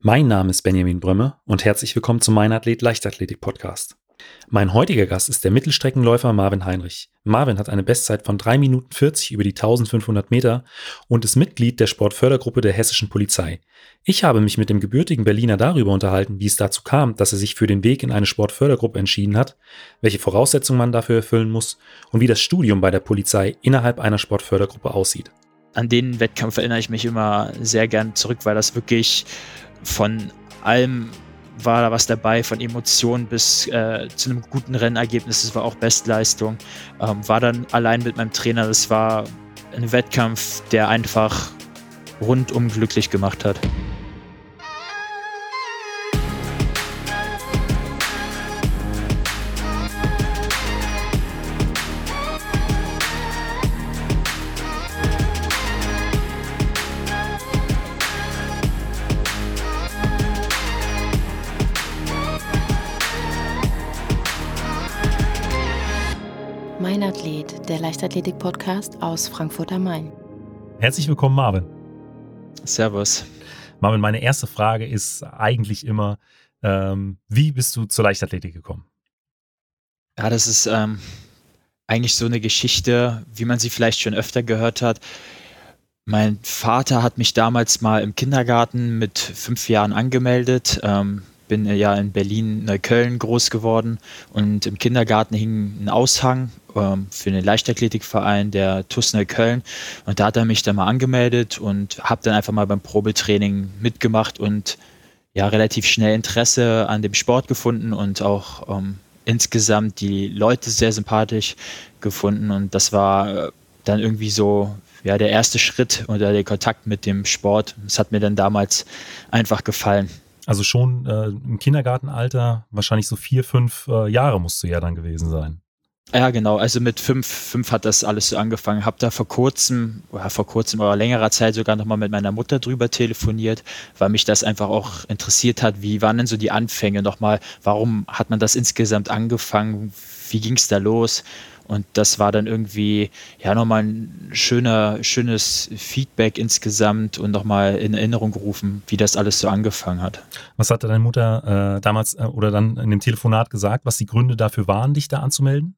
Mein Name ist Benjamin Brömme und herzlich willkommen zum Mein Athlet Leichtathletik Podcast. Mein heutiger Gast ist der Mittelstreckenläufer Marvin Heinrich. Marvin hat eine Bestzeit von 3 Minuten 40 über die 1500 Meter und ist Mitglied der Sportfördergruppe der Hessischen Polizei. Ich habe mich mit dem gebürtigen Berliner darüber unterhalten, wie es dazu kam, dass er sich für den Weg in eine Sportfördergruppe entschieden hat, welche Voraussetzungen man dafür erfüllen muss und wie das Studium bei der Polizei innerhalb einer Sportfördergruppe aussieht. An den Wettkampf erinnere ich mich immer sehr gern zurück, weil das wirklich von allem war da was dabei, von Emotionen bis zu einem guten Rennergebnis. Das war auch Bestleistung. War dann allein mit meinem Trainer. Das war ein Wettkampf, der einfach rundum glücklich gemacht hat. Mein Athlet, der Leichtathletik-Podcast aus Frankfurt am Main. Herzlich willkommen, Marvin. Servus. Marvin, meine erste Frage ist eigentlich immer, wie bist du zur Leichtathletik gekommen? Ja, das ist eigentlich so eine Geschichte, wie man sie vielleicht schon öfter gehört hat. Mein Vater hat mich damals mal im Kindergarten mit 5 Jahren angemeldet. Bin ja in Berlin-Neukölln groß geworden und im Kindergarten hing ein Aushang für den Leichtathletikverein der TuS Neukölln und da hat er mich dann mal angemeldet und habe dann einfach mal beim Probetraining mitgemacht und ja relativ schnell Interesse an dem Sport gefunden und auch insgesamt die Leute sehr sympathisch gefunden und das war dann irgendwie so ja der erste Schritt oder der Kontakt mit dem Sport. Das hat mir dann damals einfach gefallen. Also schon im Kindergartenalter, wahrscheinlich so 4, 5 Jahre musst du ja dann gewesen sein. Ja, genau. Also mit 5 hat das alles so angefangen. Habe da vor kurzem oder längerer Zeit sogar nochmal mit meiner Mutter drüber telefoniert, weil mich das einfach auch interessiert hat. Wie waren denn so die Anfänge nochmal? Warum hat man das insgesamt angefangen? Wie ging es da los? Und das war dann irgendwie ja nochmal ein schönes Feedback insgesamt und nochmal in Erinnerung gerufen, wie das alles so angefangen hat. Was hatte deine Mutter damals oder dann in dem Telefonat gesagt, was die Gründe dafür waren, dich da anzumelden?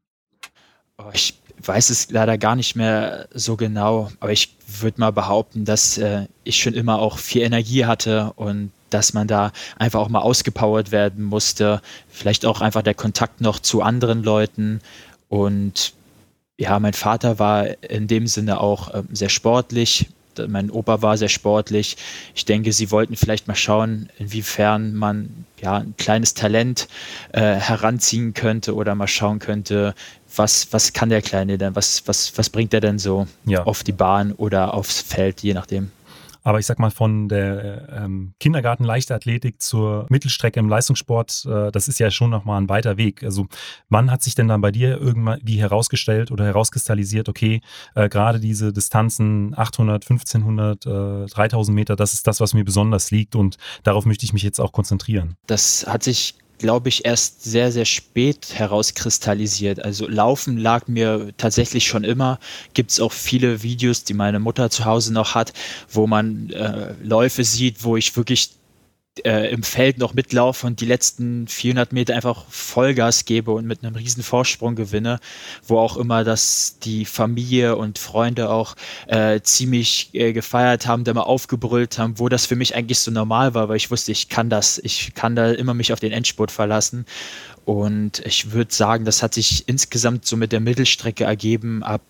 Ich weiß es leider gar nicht mehr so genau, aber ich würde mal behaupten, dass ich schon immer auch viel Energie hatte und dass man da einfach auch mal ausgepowert werden musste. Vielleicht auch einfach der Kontakt noch zu anderen Leuten. Und ja, mein Vater war in dem Sinne auch sehr sportlich. Mein Opa war sehr sportlich. Ich denke, sie wollten vielleicht mal schauen, inwiefern man ja ein kleines Talent heranziehen könnte oder mal schauen könnte, was kann der Kleine denn, was bringt er denn so auf die Bahn oder aufs Feld, je nachdem. Aber ich sag mal, von der Kindergarten-Leichtathletik zur Mittelstrecke im Leistungssport, das ist ja schon nochmal ein weiter Weg. Also wann hat sich denn dann bei dir irgendwann wie herausgestellt oder herauskristallisiert, okay, gerade diese Distanzen 800, 1500, 3000 Meter, das ist das, was mir besonders liegt und darauf möchte ich mich jetzt auch konzentrieren. Das hat sich, glaube ich, erst sehr, sehr spät herauskristallisiert. Also Laufen lag mir tatsächlich schon immer. Gibt es auch viele Videos, die meine Mutter zu Hause noch hat, wo man Läufe sieht, wo ich wirklich im Feld noch mitlaufe und die letzten 400 Meter einfach Vollgas gebe und mit einem riesen Vorsprung gewinne, wo auch immer das die Familie und Freunde auch ziemlich gefeiert haben, da mal aufgebrüllt haben, wo das für mich eigentlich so normal war, weil ich wusste, ich kann da immer mich auf den Endspurt verlassen und ich würde sagen, das hat sich insgesamt so mit der Mittelstrecke ergeben ab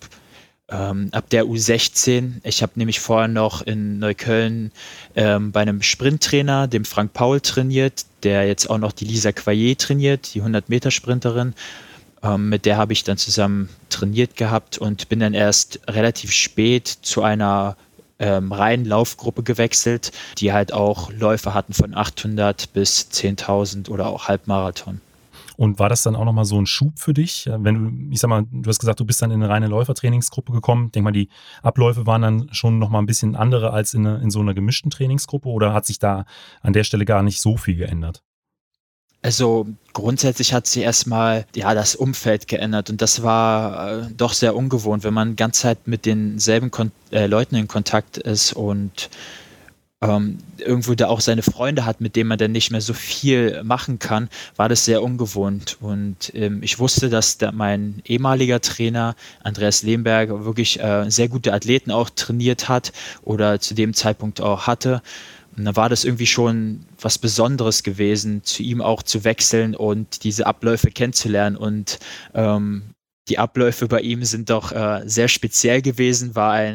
der U16. Ich habe nämlich vorher noch in Neukölln bei einem Sprinttrainer, dem Frank Paul, trainiert, der jetzt auch noch die Lisa Quayer trainiert, die 100-Meter-Sprinterin. Mit der habe ich dann zusammen trainiert gehabt und bin dann erst relativ spät zu einer reinen Laufgruppe gewechselt, die halt auch Läufe hatten von 800 bis 10.000 oder auch Halbmarathon. Und war das dann auch nochmal so ein Schub für dich? Wenn du, ich sag mal, du hast gesagt, du bist dann in eine reine Läufertrainingsgruppe gekommen. Ich denke mal, die Abläufe waren dann schon nochmal ein bisschen andere als in so einer gemischten Trainingsgruppe oder hat sich da an der Stelle gar nicht so viel geändert? Also grundsätzlich hat sich erstmal das Umfeld geändert und das war doch sehr ungewohnt, wenn man die ganze Zeit mit denselben Leuten in Kontakt ist und irgendwo da auch seine Freunde hat, mit denen man dann nicht mehr so viel machen kann, war das sehr ungewohnt. Und ich wusste, dass mein ehemaliger Trainer Andreas Lehmberger wirklich sehr gute Athleten auch trainiert hat oder zu dem Zeitpunkt auch hatte. Und da war das irgendwie schon was Besonderes gewesen, zu ihm auch zu wechseln und diese Abläufe kennenzulernen. Und die Abläufe bei ihm sind doch sehr speziell gewesen,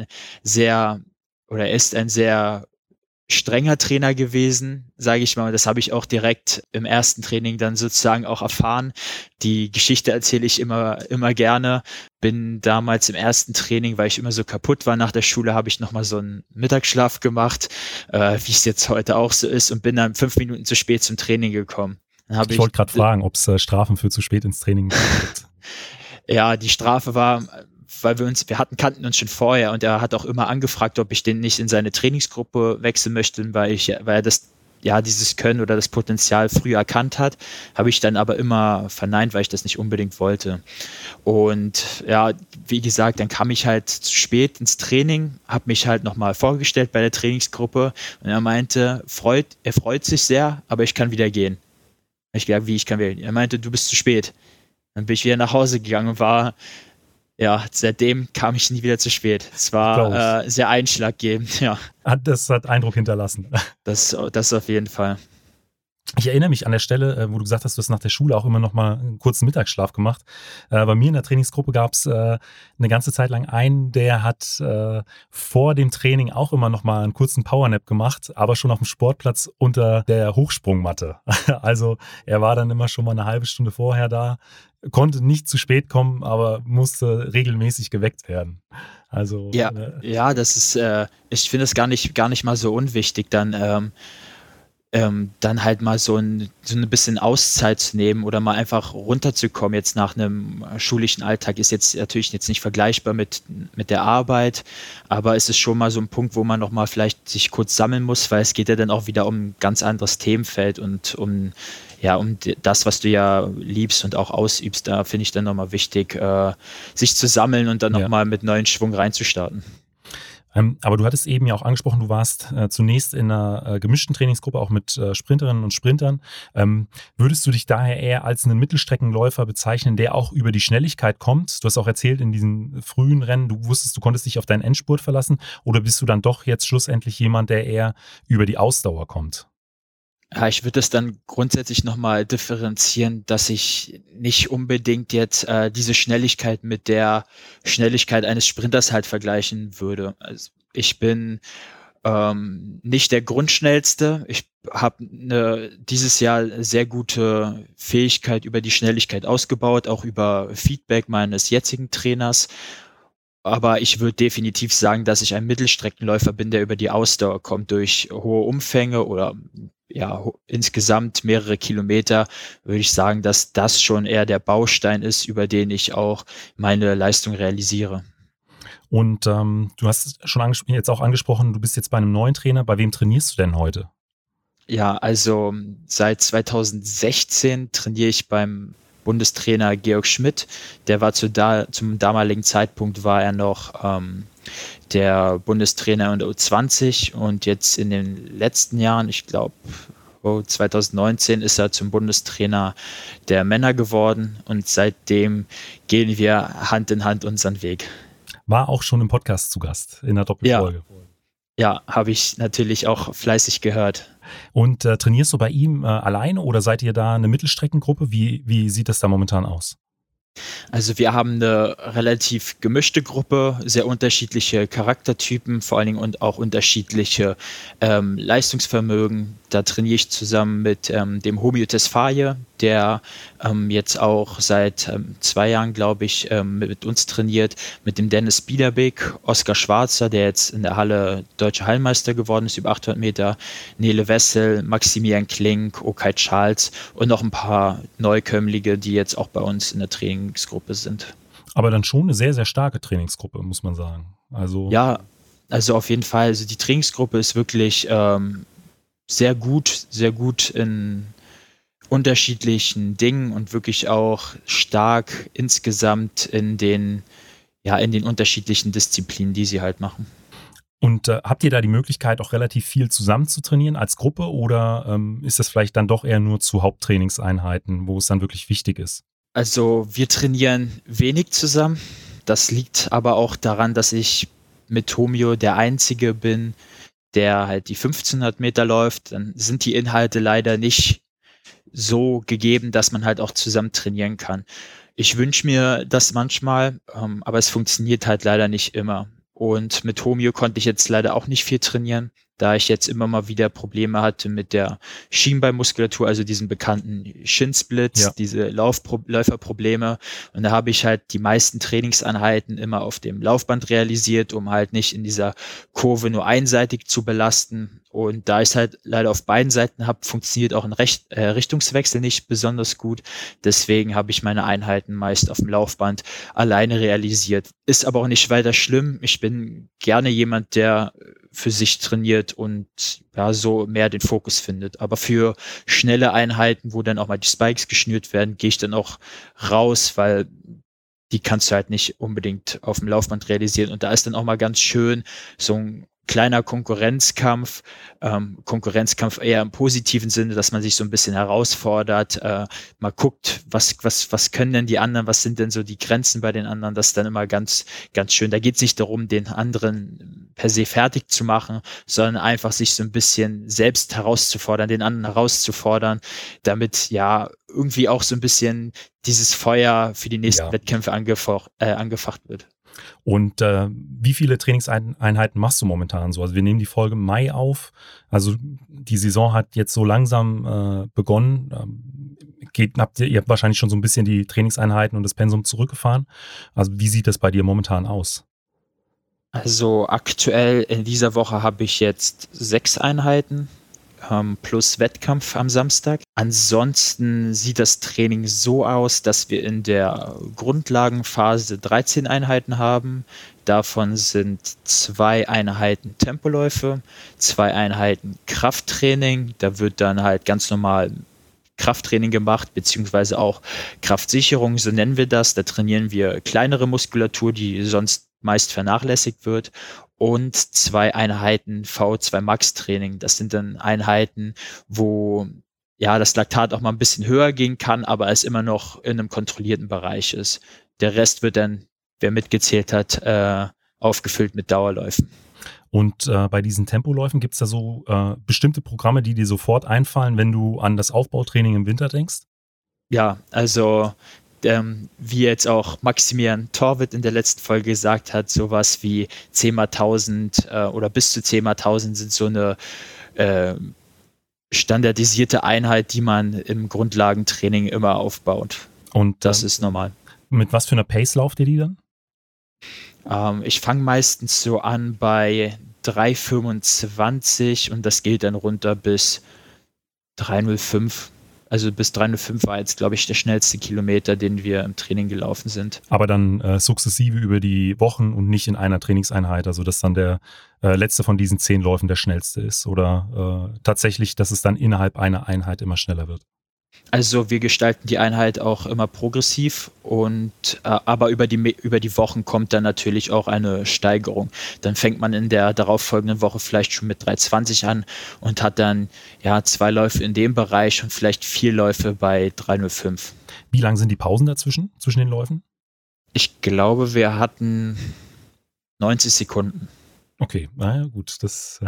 ist ein sehr strenger Trainer gewesen, sage ich mal. Das habe ich auch direkt im ersten Training dann sozusagen auch erfahren. Die Geschichte erzähle ich immer gerne. Bin damals im ersten Training, weil ich immer so kaputt war nach der Schule, habe ich nochmal so einen Mittagsschlaf gemacht, wie es jetzt heute auch so ist, und bin dann 5 Minuten zu spät zum Training gekommen. Ich wollte gerade fragen, ob es Strafen für zu spät ins Training gibt. Ja, die Strafe war, weil kannten uns schon vorher, und er hat auch immer angefragt, ob ich den nicht in seine Trainingsgruppe wechseln möchte, weil er dieses Können oder das Potenzial früh erkannt hat, habe ich dann aber immer verneint, weil ich das nicht unbedingt wollte. Und ja, wie gesagt, dann kam ich halt zu spät ins Training, habe mich halt nochmal vorgestellt bei der Trainingsgruppe, und er meinte, er freut sich sehr, aber ich kann wieder gehen. Ich gesagt, wie, ich kann wieder gehen? Er meinte, du bist zu spät. Dann bin ich wieder nach Hause gegangen und seitdem kam ich nie wieder zu spät. Es war sehr einschlaggebend, ja. Das hat Eindruck hinterlassen. Das auf jeden Fall. Ich erinnere mich an der Stelle, wo du gesagt hast, du hast nach der Schule auch immer noch mal einen kurzen Mittagsschlaf gemacht. Bei mir in der Trainingsgruppe gab es eine ganze Zeit lang einen, der hat vor dem Training auch immer noch mal einen kurzen Powernap gemacht, aber schon auf dem Sportplatz unter der Hochsprungmatte. Also er war dann immer schon mal eine halbe Stunde vorher da, konnte nicht zu spät kommen, aber musste regelmäßig geweckt werden. Also das ist, ich finde es gar nicht mal so unwichtig, dann halt mal so ein bisschen Auszeit zu nehmen oder mal einfach runterzukommen jetzt nach einem schulischen Alltag, ist jetzt natürlich jetzt nicht vergleichbar mit der Arbeit, aber es ist schon mal so ein Punkt, wo man nochmal vielleicht sich kurz sammeln muss, weil es geht ja dann auch wieder um ein ganz anderes Themenfeld und um das, was du ja liebst und auch ausübst. Da finde ich dann nochmal wichtig, sich zu sammeln und dann nochmal mit neuen Schwung reinzustarten. Aber du hattest eben ja auch angesprochen, du warst zunächst in einer gemischten Trainingsgruppe, auch mit Sprinterinnen und Sprintern. Würdest du dich daher eher als einen Mittelstreckenläufer bezeichnen, der auch über die Schnelligkeit kommt? Du hast auch erzählt, in diesen frühen Rennen, du wusstest, du konntest dich auf deinen Endspurt verlassen. Oder bist du dann doch jetzt schlussendlich jemand, der eher über die Ausdauer kommt? Ja, ich würde es dann grundsätzlich nochmal differenzieren, dass ich nicht unbedingt jetzt diese Schnelligkeit mit der Schnelligkeit eines Sprinters halt vergleichen würde. Also ich bin nicht der Grundschnellste. Ich habe dieses Jahr sehr gute Fähigkeit über die Schnelligkeit ausgebaut, auch über Feedback meines jetzigen Trainers. Aber ich würde definitiv sagen, dass ich ein Mittelstreckenläufer bin, der über die Ausdauer kommt. Durch hohe Umfänge oder insgesamt mehrere Kilometer würde ich sagen, dass das schon eher der Baustein ist, über den ich auch meine Leistung realisiere. Und du hast schon jetzt auch angesprochen, du bist jetzt bei einem neuen Trainer. Bei wem trainierst du denn heute? Ja, also seit 2016 trainiere ich beim Bundestrainer Georg Schmidt. Der war zum damaligen Zeitpunkt war er noch der Bundestrainer in der U20 und jetzt in den letzten Jahren, ich glaube 2019 ist er zum Bundestrainer der Männer geworden und seitdem gehen wir Hand in Hand unseren Weg. War auch schon im Podcast zu Gast, in der Doppelfolge. Ja, habe ich natürlich auch fleißig gehört. Und trainierst du bei ihm alleine oder seid ihr da eine Mittelstreckengruppe? Wie sieht das da momentan aus? Also wir haben eine relativ gemischte Gruppe, sehr unterschiedliche Charaktertypen, vor allen Dingen und auch unterschiedliche Leistungsvermögen. Da trainiere ich zusammen mit dem Homio Tesfaye, der jetzt auch seit 2 Jahren, glaube ich, mit uns trainiert, mit dem Dennis Biederbeck, Oskar Schwarzer, der jetzt in der Halle Deutscher Hallenmeister geworden ist, über 800 Meter, Nele Wessel, Maximilian Klink, Okay Charles und noch ein paar Neukömmlinge, die jetzt auch bei uns in der Trainingsgruppe sind. Aber dann schon eine sehr, sehr starke Trainingsgruppe, muss man sagen. Ja, also auf jeden Fall. Also die Trainingsgruppe ist wirklich sehr gut in unterschiedlichen Dingen und wirklich auch stark insgesamt in den unterschiedlichen Disziplinen, die sie halt machen. Und habt ihr da die Möglichkeit, auch relativ viel zusammen zu trainieren als Gruppe oder ist das vielleicht dann doch eher nur zu Haupttrainingseinheiten, wo es dann wirklich wichtig ist? Also wir trainieren wenig zusammen. Das liegt aber auch daran, dass ich mit Tomio der Einzige bin, der halt die 1500 Meter läuft. Dann sind die Inhalte leider nicht so gegeben, dass man halt auch zusammen trainieren kann. Ich wünsche mir das manchmal, aber es funktioniert halt leider nicht immer. Und mit Tomio konnte ich jetzt leider auch nicht viel trainieren, da ich jetzt immer mal wieder Probleme hatte mit der Schienbeinmuskulatur, also diesen bekannten Shin-Splits, diese Läuferprobleme. Und da habe ich halt die meisten Trainingseinheiten immer auf dem Laufband realisiert, um halt nicht in dieser Kurve nur einseitig zu belasten. Und da ich es halt leider auf beiden Seiten habe, funktioniert auch ein Richtungswechsel nicht besonders gut. Deswegen habe ich meine Einheiten meist auf dem Laufband alleine realisiert. Ist aber auch nicht weiter schlimm. Ich bin gerne jemand, der für sich trainiert und ja, so mehr den Fokus findet. Aber für schnelle Einheiten, wo dann auch mal die Spikes geschnürt werden, gehe ich dann auch raus, weil die kannst du halt nicht unbedingt auf dem Laufband realisieren. Und da ist dann auch mal ganz schön so ein kleiner Konkurrenzkampf eher im positiven Sinne, dass man sich so ein bisschen herausfordert, mal guckt, was können denn die anderen, was sind denn so die Grenzen bei den anderen, das ist dann immer ganz, ganz schön. Da geht es nicht darum, den anderen per se fertig zu machen, sondern einfach sich so ein bisschen selbst herauszufordern, den anderen herauszufordern, damit ja irgendwie auch so ein bisschen dieses Feuer für die nächsten Wettkämpfe angefacht wird. Und wie viele Trainingseinheiten machst du momentan so? Also wir nehmen die Folge im Mai auf. Also die Saison hat jetzt so langsam begonnen. Ihr habt wahrscheinlich schon so ein bisschen die Trainingseinheiten und das Pensum zurückgefahren. Also wie sieht das bei dir momentan aus? Also aktuell in dieser Woche habe ich jetzt 6 Einheiten plus Wettkampf am Samstag. Ansonsten sieht das Training so aus, dass wir in der Grundlagenphase 13 Einheiten haben. Davon sind 2 Einheiten Tempoläufe, 2 Einheiten Krafttraining. Da wird dann halt ganz normal Krafttraining gemacht, beziehungsweise auch Kraftsicherung, so nennen wir das. Da trainieren wir kleinere Muskulatur, die sonst meist vernachlässigt wird. Und 2 Einheiten V2 Max Training. Das sind dann Einheiten, wo ja das Laktat auch mal ein bisschen höher gehen kann, aber es immer noch in einem kontrollierten Bereich ist. Der Rest wird dann, wer mitgezählt hat, aufgefüllt mit Dauerläufen. Und bei diesen Tempoläufen gibt es da so bestimmte Programme, die dir sofort einfallen, wenn du an das Aufbautraining im Winter denkst? Ja, also wie jetzt auch Maximilian Torwitt in der letzten Folge gesagt hat, sowas wie 10x1000 oder bis zu 10x1000 sind so eine standardisierte Einheit, die man im Grundlagentraining immer aufbaut. Und das ist normal. Mit was für einer Pace lauft ihr die dann? Ich fange meistens so an bei 3,25 und das geht dann runter bis 3,05. Also bis 3,05 war jetzt, glaube ich, der schnellste Kilometer, den wir im Training gelaufen sind. Aber dann sukzessive über die Wochen und nicht in einer Trainingseinheit, also dass dann der letzte von diesen 10 Läufen der schnellste ist oder tatsächlich, dass es dann innerhalb einer Einheit immer schneller wird? Also wir gestalten die Einheit auch immer progressiv und aber über die Wochen kommt dann natürlich auch eine Steigerung. Dann fängt man in der darauffolgenden Woche vielleicht schon mit 3,20 an und hat dann 2 Läufe in dem Bereich und vielleicht 4 Läufe bei 3,05. Wie lang sind die Pausen zwischen den Läufen? Ich glaube, wir hatten 90 Sekunden. Okay, naja, gut,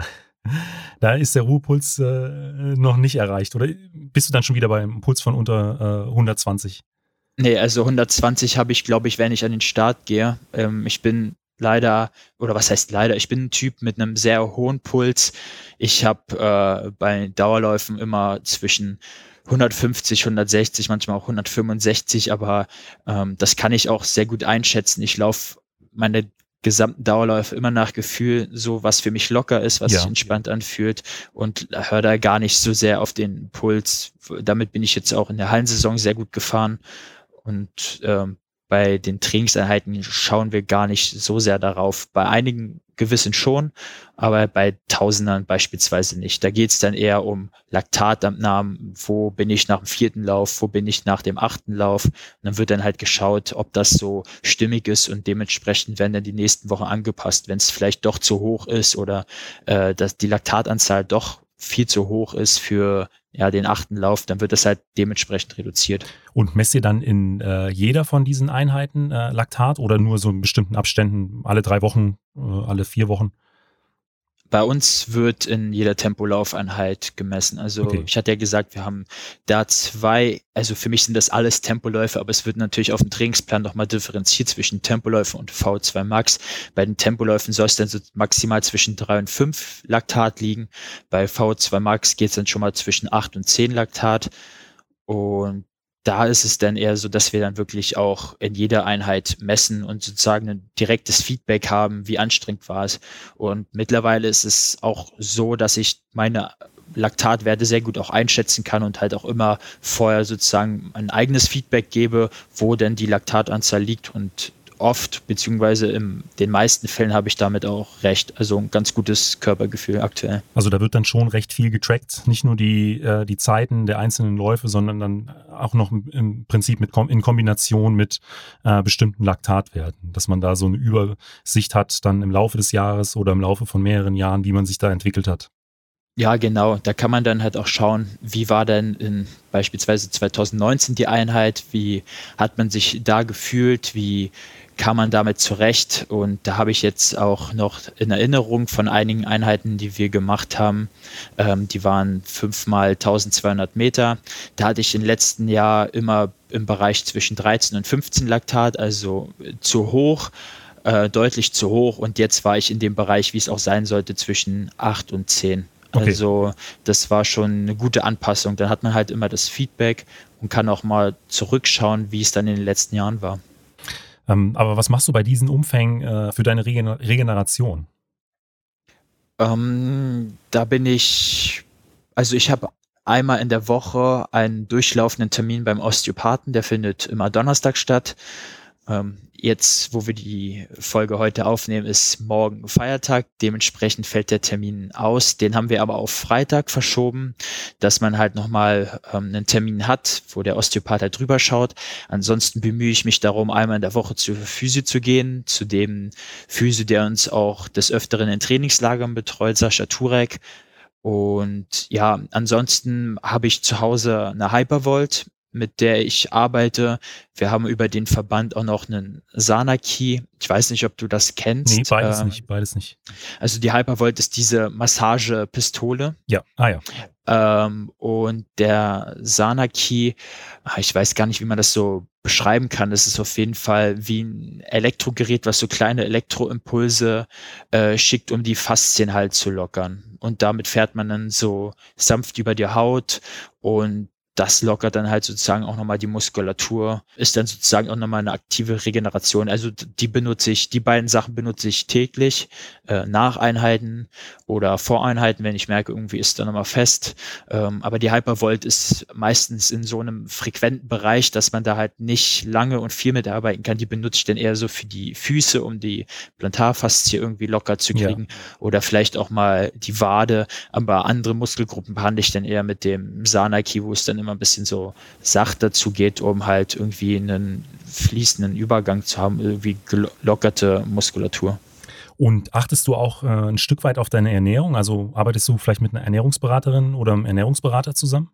da ist der Ruhepuls noch nicht erreicht. Oder bist du dann schon wieder beim Puls von unter 120? Nee, also 120 habe ich, glaube ich, wenn ich an den Start gehe. Ich bin leider, oder was heißt leider, ich bin ein Typ mit einem sehr hohen Puls. Ich habe bei Dauerläufen immer zwischen 150, 160, manchmal auch 165, aber das kann ich auch sehr gut einschätzen. Ich laufe meine gesamten Dauerläufe immer nach Gefühl, so was für mich locker ist, was sich entspannt anfühlt und höre da gar nicht so sehr auf den Puls. Damit bin ich jetzt auch in der Hallensaison sehr gut gefahren und bei den Trainingseinheiten schauen wir gar nicht so sehr darauf. Bei einigen gewissen schon, aber bei Tausendern beispielsweise nicht. Da geht es dann eher um Laktatabnahmen, wo bin ich nach dem 4. Lauf, wo bin ich nach dem 8. Lauf. Und dann wird dann halt geschaut, ob das so stimmig ist und dementsprechend werden dann die nächsten Wochen angepasst, wenn es vielleicht doch zu hoch ist oder dass die Laktatanzahl doch viel zu hoch ist für den 8. Lauf, dann wird das halt dementsprechend reduziert. Und messt ihr dann in jeder von diesen Einheiten Laktat oder nur so in bestimmten Abständen, alle 3 Wochen, alle 4 Wochen? Bei uns wird in jeder Tempolaufeinheit gemessen. Also Okay. Ich hatte ja gesagt, wir haben da 2, also für mich sind das alles Tempoläufe, aber es wird natürlich auf dem Trainingsplan nochmal differenziert zwischen Tempoläufen und VO2 Max. Bei den Tempoläufen soll es dann so maximal zwischen 3 und 5 Laktat liegen. Bei VO2 Max geht es dann schon mal zwischen 8 und 10 Laktat. Und da ist es dann eher so, dass wir dann wirklich auch in jeder Einheit messen und sozusagen ein direktes Feedback haben, wie anstrengend war es. Und mittlerweile ist es auch so, dass ich meine Laktatwerte sehr gut auch einschätzen kann und halt auch immer vorher sozusagen ein eigenes Feedback gebe, wo denn die Laktatanzahl liegt, und oft, beziehungsweise in den meisten Fällen habe ich damit auch recht. Also ein ganz gutes Körpergefühl aktuell. Also da wird dann schon recht viel getrackt, nicht nur die Zeiten der einzelnen Läufe, sondern dann auch noch im Prinzip in Kombination mit bestimmten Laktatwerten, dass man da so eine Übersicht hat dann im Laufe des Jahres oder im Laufe von mehreren Jahren, wie man sich da entwickelt hat. Ja, genau. Da kann man dann halt auch schauen, wie war denn in beispielsweise 2019 die Einheit, wie hat man sich da gefühlt, wie kam man damit zurecht. Und da habe ich jetzt auch noch in Erinnerung von einigen Einheiten, die wir gemacht haben. Die waren 5 mal 1200 Meter. Da hatte ich im letzten Jahr immer im Bereich zwischen 13 und 15 Laktat, also zu hoch. Deutlich zu hoch, und jetzt war ich in dem Bereich, wie es auch sein sollte, zwischen 8 und 10. Okay. Also das war schon eine gute Anpassung. Dann hat man halt immer das Feedback und kann auch mal zurückschauen, wie es dann in den letzten Jahren war. Aber was machst du bei diesen Umfängen für deine Regeneration? Da bin ich, also ich habe einmal in der Woche einen durchlaufenden Termin beim Osteopathen, der findet immer Donnerstag statt. Jetzt, wo wir die Folge heute aufnehmen, ist morgen Feiertag. Dementsprechend fällt der Termin aus. Den haben wir aber auf Freitag verschoben, dass man halt nochmal einen Termin hat, wo der Osteopath halt drüber schaut. Ansonsten bemühe ich mich darum, einmal in der Woche zur Physio zu gehen, zu dem Physio, der uns auch des Öfteren in Trainingslagern betreut, Sascha Turek. Und ja, ansonsten habe ich zu Hause eine Hypervolt, mit der ich arbeite. Wir haben über den Verband auch noch einen Sana-Key. Ich weiß nicht, ob du das kennst. Nee, beides nicht. Also die Hypervolt ist diese Massagepistole. Ja, ja. Und der Sana-Key, ich weiß gar nicht, wie man das so beschreiben kann. Das ist auf jeden Fall wie ein Elektrogerät, was so kleine Elektroimpulse schickt, um die Faszien halt zu lockern. Und damit fährt man dann so sanft über die Haut, und das lockert dann halt sozusagen auch nochmal die Muskulatur, ist dann sozusagen auch nochmal eine aktive Regeneration. Also die beiden Sachen benutze ich täglich, nach Einheiten oder vor Einheiten, wenn ich merke, irgendwie ist da nochmal fest. Aber die Hypervolt ist meistens in so einem frequenten Bereich, dass man da halt nicht lange und viel mitarbeiten kann. Die benutze ich dann eher so für die Füße, um die Plantarfaszie irgendwie locker zu kriegen, oder vielleicht auch mal die Wade. Aber andere Muskelgruppen behandle ich dann eher mit dem Sana-Key, wo es dann immer ein bisschen so sachter zugeht, um halt irgendwie einen fließenden Übergang zu haben, irgendwie gelockerte Muskulatur. Und achtest du auch ein Stück weit auf deine Ernährung? Also arbeitest du vielleicht mit einer Ernährungsberaterin oder einem Ernährungsberater zusammen?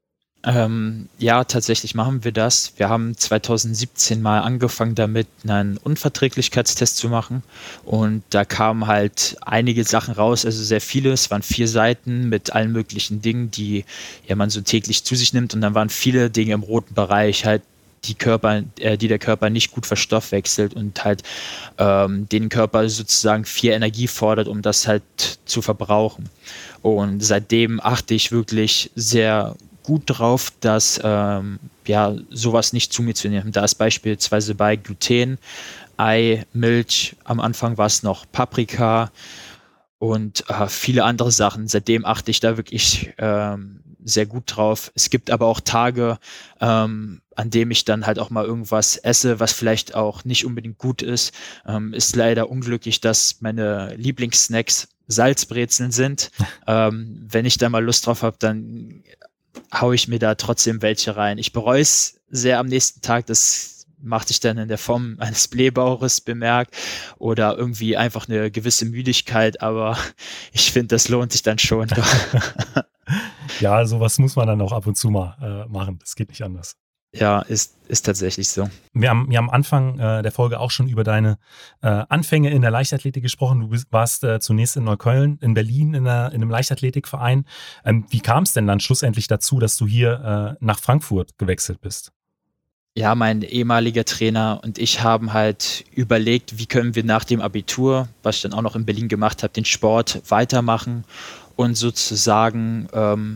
Ja, tatsächlich machen wir das. Wir haben 2017 mal angefangen damit, einen Unverträglichkeitstest zu machen, und da kamen halt einige Sachen raus, also sehr viele. Es waren 4 Seiten mit allen möglichen Dingen, die man so täglich zu sich nimmt, und dann waren viele Dinge im roten Bereich, halt die der Körper nicht gut verstoffwechselt und halt den Körper sozusagen viel Energie fordert, um das halt zu verbrauchen. Und seitdem achte ich wirklich sehr gut drauf, dass sowas nicht zu mir zu nehmen. Da ist beispielsweise bei Gluten, Ei, Milch, am Anfang war es noch Paprika und viele andere Sachen. Seitdem achte ich da wirklich sehr gut drauf. Es gibt aber auch Tage, an dem ich dann halt auch mal irgendwas esse, was vielleicht auch nicht unbedingt gut ist. Ist leider unglücklich, dass meine Lieblingssnacks Salzbrezeln sind. Wenn ich da mal Lust drauf habe, dann haue ich mir da trotzdem welche rein. Ich bereue es sehr am nächsten Tag, das macht sich dann in der Form eines Blähbauches bemerkt oder irgendwie einfach eine gewisse Müdigkeit, aber ich finde, das lohnt sich dann schon. Ja, sowas muss man dann auch ab und zu mal machen. Das geht nicht anders. Ja, ist tatsächlich so. Wir haben am Anfang der Folge auch schon über deine Anfänge in der Leichtathletik gesprochen. Du warst zunächst in Neukölln, in Berlin in einem Leichtathletikverein. Wie kam es denn dann schlussendlich dazu, dass du hier nach Frankfurt gewechselt bist? Ja, mein ehemaliger Trainer und ich haben halt überlegt, wie können wir nach dem Abitur, was ich dann auch noch in Berlin gemacht habe, den Sport weitermachen und sozusagen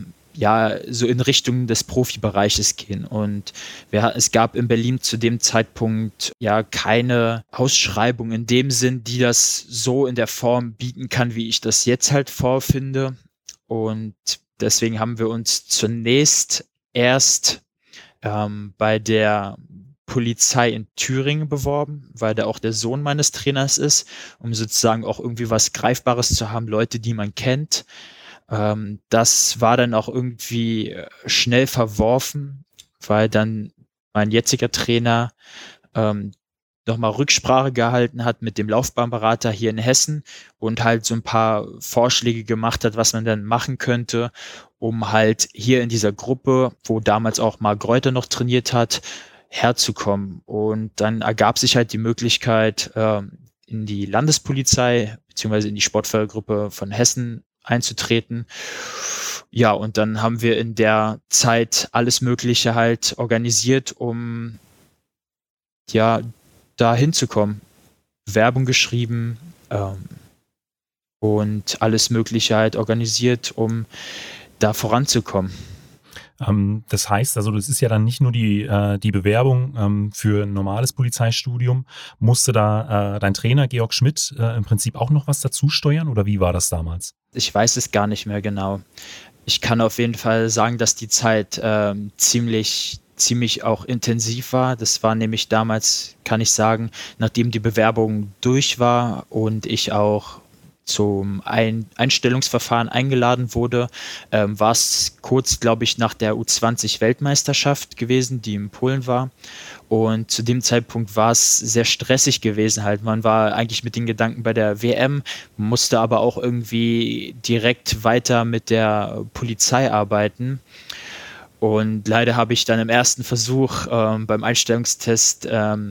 so in Richtung des Profibereiches gehen. Und es gab in Berlin zu dem Zeitpunkt ja keine Ausschreibung in dem Sinn, die das so in der Form bieten kann, wie ich das jetzt halt vorfinde. Und deswegen haben wir uns zunächst erst bei der Polizei in Thüringen beworben, weil da auch der Sohn meines Trainers ist, um sozusagen auch irgendwie was Greifbares zu haben, Leute, die man kennt. Das war dann auch irgendwie schnell verworfen, weil dann mein jetziger Trainer nochmal Rücksprache gehalten hat mit dem Laufbahnberater hier in Hessen und halt so ein paar Vorschläge gemacht hat, was man dann machen könnte, um halt hier in dieser Gruppe, wo damals auch Marc Reuter noch trainiert hat, herzukommen. Und dann ergab sich halt die Möglichkeit, in die Landespolizei beziehungsweise in die Sportfördergruppe von Hessen einzutreten. Ja, und dann haben wir in der Zeit alles Mögliche halt organisiert, um ja da hinzukommen. Werbung geschrieben und alles Mögliche halt organisiert, um da voranzukommen. Das heißt, also das ist ja dann nicht nur die Bewerbung für ein normales Polizeistudium. Musste da dein Trainer Georg Schmidt im Prinzip auch noch was dazu steuern oder wie war das damals? Ich weiß es gar nicht mehr genau. Ich kann auf jeden Fall sagen, dass die Zeit ziemlich auch intensiv war. Das war nämlich damals, kann ich sagen, nachdem die Bewerbung durch war und ich auch zum Einstellungsverfahren eingeladen wurde, war es kurz, glaube ich, nach der U20-Weltmeisterschaft gewesen, die in Polen war. Und zu dem Zeitpunkt war es sehr stressig gewesen halt. Man war eigentlich mit den Gedanken bei der WM, musste aber auch irgendwie direkt weiter mit der Polizei arbeiten. Und leider habe ich dann im ersten Versuch beim Einstellungstest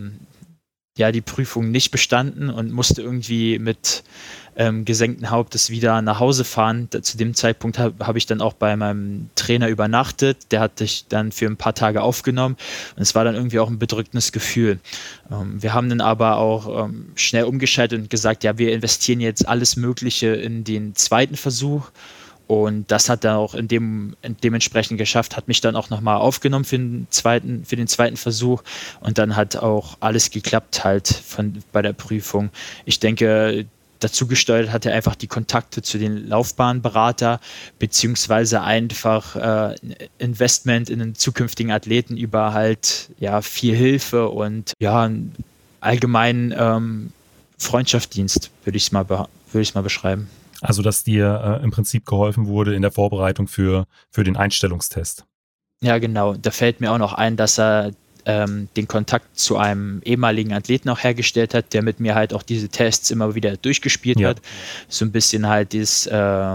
die Prüfung nicht bestanden und musste irgendwie mit gesenkten Hauptes wieder nach Hause fahren. Zu dem Zeitpunkt habe ich dann auch bei meinem Trainer übernachtet. Der hat sich dann für ein paar Tage aufgenommen und es war dann irgendwie auch ein bedrückendes Gefühl. Wir haben dann aber auch schnell umgeschaltet und gesagt, ja, wir investieren jetzt alles Mögliche in den zweiten Versuch. Und das hat er auch dementsprechend geschafft, hat mich dann auch nochmal aufgenommen für den zweiten Versuch. Und dann hat auch alles geklappt halt bei der Prüfung. Ich denke, dazu gesteuert hat er einfach die Kontakte zu den Laufbahnberater, beziehungsweise einfach Investment in einen zukünftigen Athleten über halt viel Hilfe und einen allgemeinen Freundschaftsdienst, würde ich es mal beschreiben. Also, dass dir im Prinzip geholfen wurde in der Vorbereitung für den Einstellungstest. Ja, genau. Da fällt mir auch noch ein, dass er den Kontakt zu einem ehemaligen Athleten auch hergestellt hat, der mit mir halt auch diese Tests immer wieder durchgespielt hat. So ein bisschen halt alles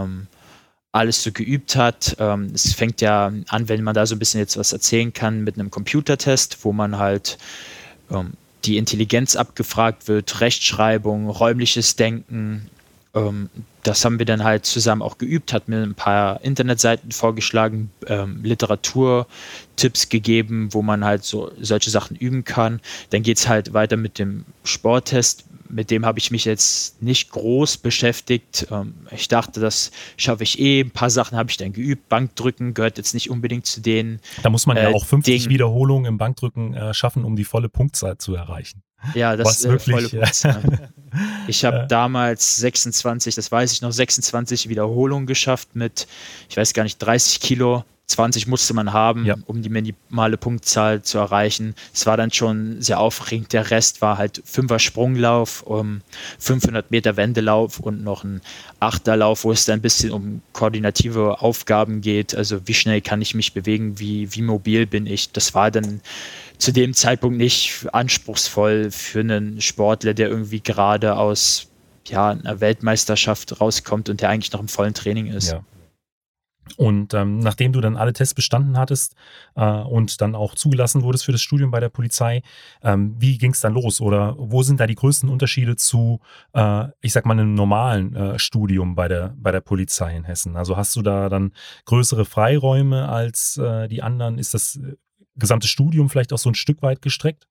so geübt hat. Es fängt ja an, wenn man da so ein bisschen jetzt was erzählen kann, mit einem Computertest, wo man halt die Intelligenz abgefragt wird, Rechtschreibung, räumliches Denken. Das haben wir dann halt zusammen auch geübt, hat mir ein paar Internetseiten vorgeschlagen, Literaturtipps gegeben, wo man halt solche Sachen üben kann. Dann geht es halt weiter mit dem Sporttest. Mit dem habe ich mich jetzt nicht groß beschäftigt. Ich dachte, das schaffe ich ein paar Sachen habe ich dann geübt. Bankdrücken gehört jetzt nicht unbedingt zu denen. Da muss man ja auch 50 Wiederholungen im Bankdrücken schaffen, um die volle Punktzahl zu erreichen. Ja, das Was wirklich, volle Punktzahl. Ich habe damals 26, das weiß ich noch, 26 Wiederholungen geschafft mit, ich weiß gar nicht, 30 Kilo. 20 musste man haben, Ja. um die minimale Punktzahl zu erreichen. Es war dann schon sehr aufregend. Der Rest war halt 5er Sprunglauf, 500 Meter Wendelauf und noch ein Achterlauf, wo es dann ein bisschen um koordinative Aufgaben geht. Also wie schnell kann ich mich bewegen, wie mobil bin ich. Das war dann zu dem Zeitpunkt nicht anspruchsvoll für einen Sportler, der irgendwie gerade aus einer Weltmeisterschaft rauskommt und der eigentlich noch im vollen Training ist. Ja. Und nachdem du dann alle Tests bestanden hattest und dann auch zugelassen wurdest für das Studium bei der Polizei, wie ging es dann los? Oder wo sind da die größten Unterschiede zu, ich sag mal, einem normalen Studium bei der Polizei in Hessen? Also hast du da dann größere Freiräume als die anderen? Ist das gesamte Studium vielleicht auch so ein Stück weit gestreckt?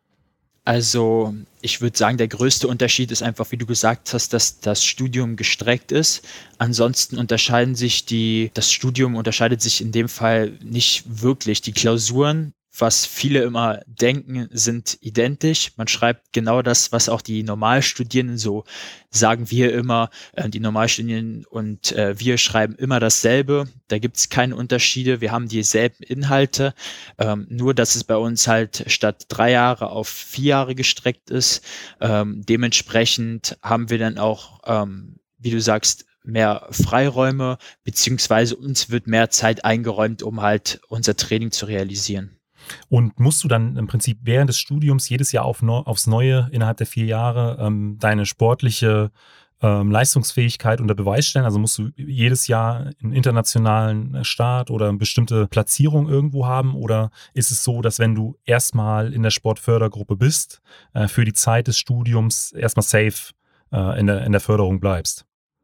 Also ich würde sagen, der größte Unterschied ist einfach, wie du gesagt hast, dass das Studium gestreckt ist. Ansonsten das Studium unterscheidet sich in dem Fall nicht wirklich. Die Klausuren, was viele immer denken, sind identisch. Man schreibt genau das, was auch die Normalstudierenden, so sagen wir immer, die Normalstudierenden und wir schreiben immer dasselbe. Da gibt es keine Unterschiede. Wir haben dieselben Inhalte, nur dass es bei uns halt statt 3 Jahre auf 4 Jahre gestreckt ist. Dementsprechend haben wir dann auch, wie du sagst, mehr Freiräume, beziehungsweise uns wird mehr Zeit eingeräumt, um halt unser Training zu realisieren. Und musst du dann im Prinzip während des Studiums jedes Jahr aufs Neue innerhalb der 4 Jahre deine sportliche Leistungsfähigkeit unter Beweis stellen? Also musst du jedes Jahr einen internationalen Start oder eine bestimmte Platzierung irgendwo haben? Oder ist es so, dass wenn du erstmal in der Sportfördergruppe bist, für die Zeit des Studiums erstmal safe in der Förderung bleibst?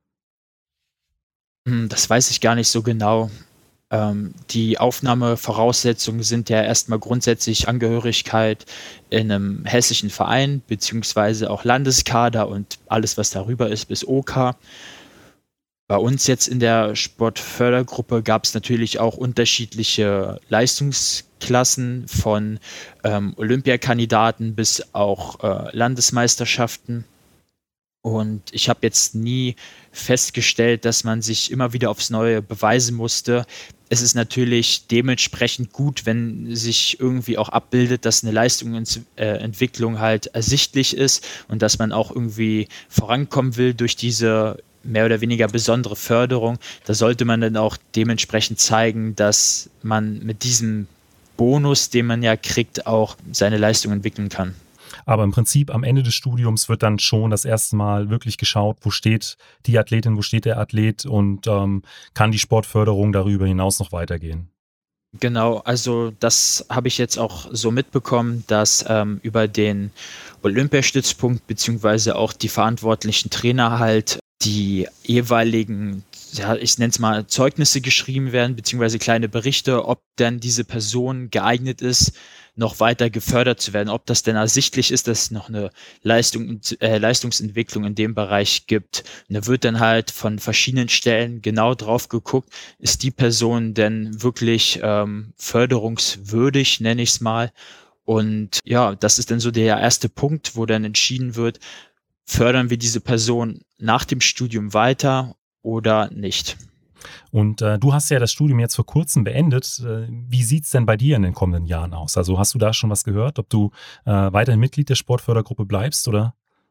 Das weiß ich gar nicht so genau. Die Aufnahmevoraussetzungen sind ja erstmal grundsätzlich Angehörigkeit in einem hessischen Verein, beziehungsweise auch Landeskader und alles, was darüber ist, bis OK. Bei uns jetzt in der Sportfördergruppe gab es natürlich auch unterschiedliche Leistungsklassen von Olympiakandidaten bis auch Landesmeisterschaften. Und ich habe jetzt nie festgestellt, dass man sich immer wieder aufs Neue beweisen musste. Es ist natürlich dementsprechend gut, wenn sich irgendwie auch abbildet, dass eine Leistungsentwicklung halt ersichtlich ist und dass man auch irgendwie vorankommen will durch diese mehr oder weniger besondere Förderung. Da sollte man dann auch dementsprechend zeigen, dass man mit diesem Bonus, den man ja kriegt, auch seine Leistung entwickeln kann. Aber im Prinzip am Ende des Studiums wird dann schon das erste Mal wirklich geschaut, wo steht die Athletin, wo steht der Athlet und kann die Sportförderung darüber hinaus noch weitergehen. Genau, also das habe ich jetzt auch so mitbekommen, dass über den Olympiastützpunkt beziehungsweise auch die verantwortlichen Trainer halt die jeweiligen, ja, ich nenne es mal Zeugnisse geschrieben werden, beziehungsweise kleine Berichte, ob denn diese Person geeignet ist, noch weiter gefördert zu werden, ob das denn ersichtlich ist, dass es noch eine Leistungsentwicklung in dem Bereich gibt. Und da wird dann halt von verschiedenen Stellen genau drauf geguckt, ist die Person denn wirklich förderungswürdig, nenne ich es mal. Und ja, das ist dann so der erste Punkt, wo dann entschieden wird, fördern wir diese Person nach dem Studium weiter oder nicht. Und du hast ja das Studium jetzt vor kurzem beendet. Wie sieht es denn bei dir in den kommenden Jahren aus? Also hast du da schon was gehört, ob du weiterhin Mitglied der Sportfördergruppe bleibst, oder?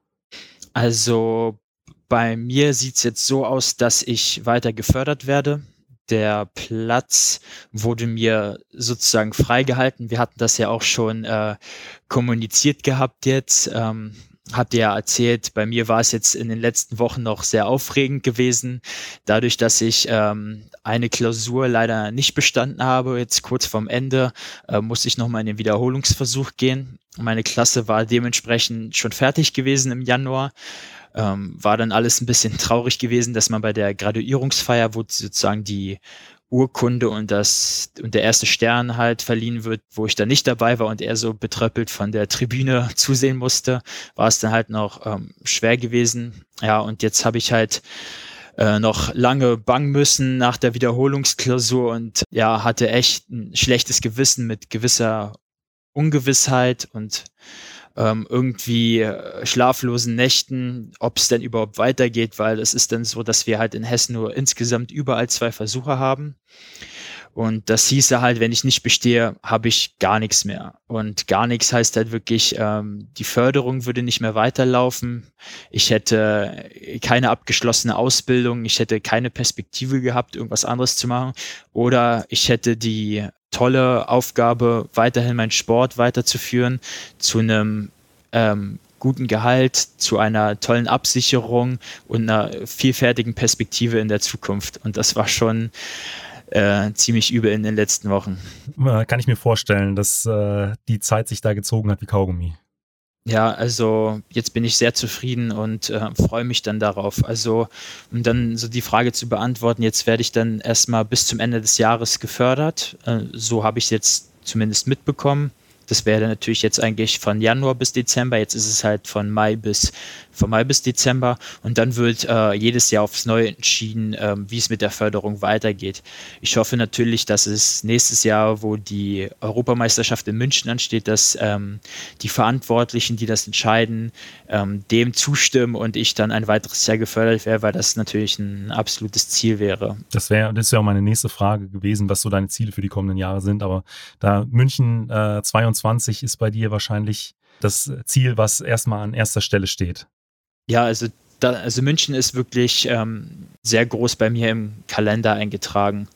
Also bei mir sieht es jetzt so aus, dass ich weiter gefördert werde. Der Platz wurde mir sozusagen freigehalten. Wir hatten das ja auch schon kommuniziert gehabt jetzt. Habt ihr ja erzählt, bei mir war es jetzt in den letzten Wochen noch sehr aufregend gewesen, dadurch, dass ich eine Klausur leider nicht bestanden habe. Jetzt kurz vorm Ende musste ich nochmal in den Wiederholungsversuch gehen. Meine Klasse war dementsprechend schon fertig gewesen im Januar. War dann alles ein bisschen traurig gewesen, dass man bei der Graduierungsfeier, wo sozusagen die Urkunde und der erste Stern halt verliehen wird, wo ich dann nicht dabei war und er so betröppelt von der Tribüne zusehen musste, war es dann halt noch schwer gewesen. Ja, und jetzt habe ich halt noch lange bangen müssen nach der Wiederholungsklausur und ja, hatte echt ein schlechtes Gewissen mit gewisser Ungewissheit und irgendwie schlaflosen Nächten, ob es denn überhaupt weitergeht, weil es ist dann so, dass wir halt in Hessen nur insgesamt überall 2 Versuche haben. Und das hieße halt, wenn ich nicht bestehe, habe ich gar nichts mehr. Und gar nichts heißt halt wirklich, die Förderung würde nicht mehr weiterlaufen. Ich hätte keine abgeschlossene Ausbildung. Ich hätte keine Perspektive gehabt, irgendwas anderes zu machen. Oder ich hätte die tolle Aufgabe, weiterhin meinen Sport weiterzuführen, zu einem guten Gehalt, zu einer tollen Absicherung und einer vielfältigen Perspektive in der Zukunft. Und das war schon ziemlich übel in den letzten Wochen. Kann ich mir vorstellen, dass die Zeit sich da gezogen hat wie Kaugummi. Ja, also jetzt bin ich sehr zufrieden und freue mich dann darauf. Also, um dann so die Frage zu beantworten, jetzt werde ich dann erstmal bis zum Ende des Jahres gefördert. So habe ich es jetzt zumindest mitbekommen. Das wäre natürlich jetzt eigentlich von Januar bis Dezember. Jetzt ist es halt von Mai bis Dezember. Und dann wird jedes Jahr aufs Neue entschieden, wie es mit der Förderung weitergeht. Ich hoffe natürlich, dass es nächstes Jahr, wo die Europameisterschaft in München ansteht, dass die Verantwortlichen, die das entscheiden, dem zustimmen und ich dann ein weiteres Jahr gefördert werde, weil das natürlich ein absolutes Ziel wäre. Das wäre auch meine nächste Frage gewesen, was so deine Ziele für die kommenden Jahre sind. Aber da München 22 ist bei dir wahrscheinlich das Ziel, was erstmal an erster Stelle steht. Ja, also München ist wirklich sehr groß bei mir im Kalender eingetragen.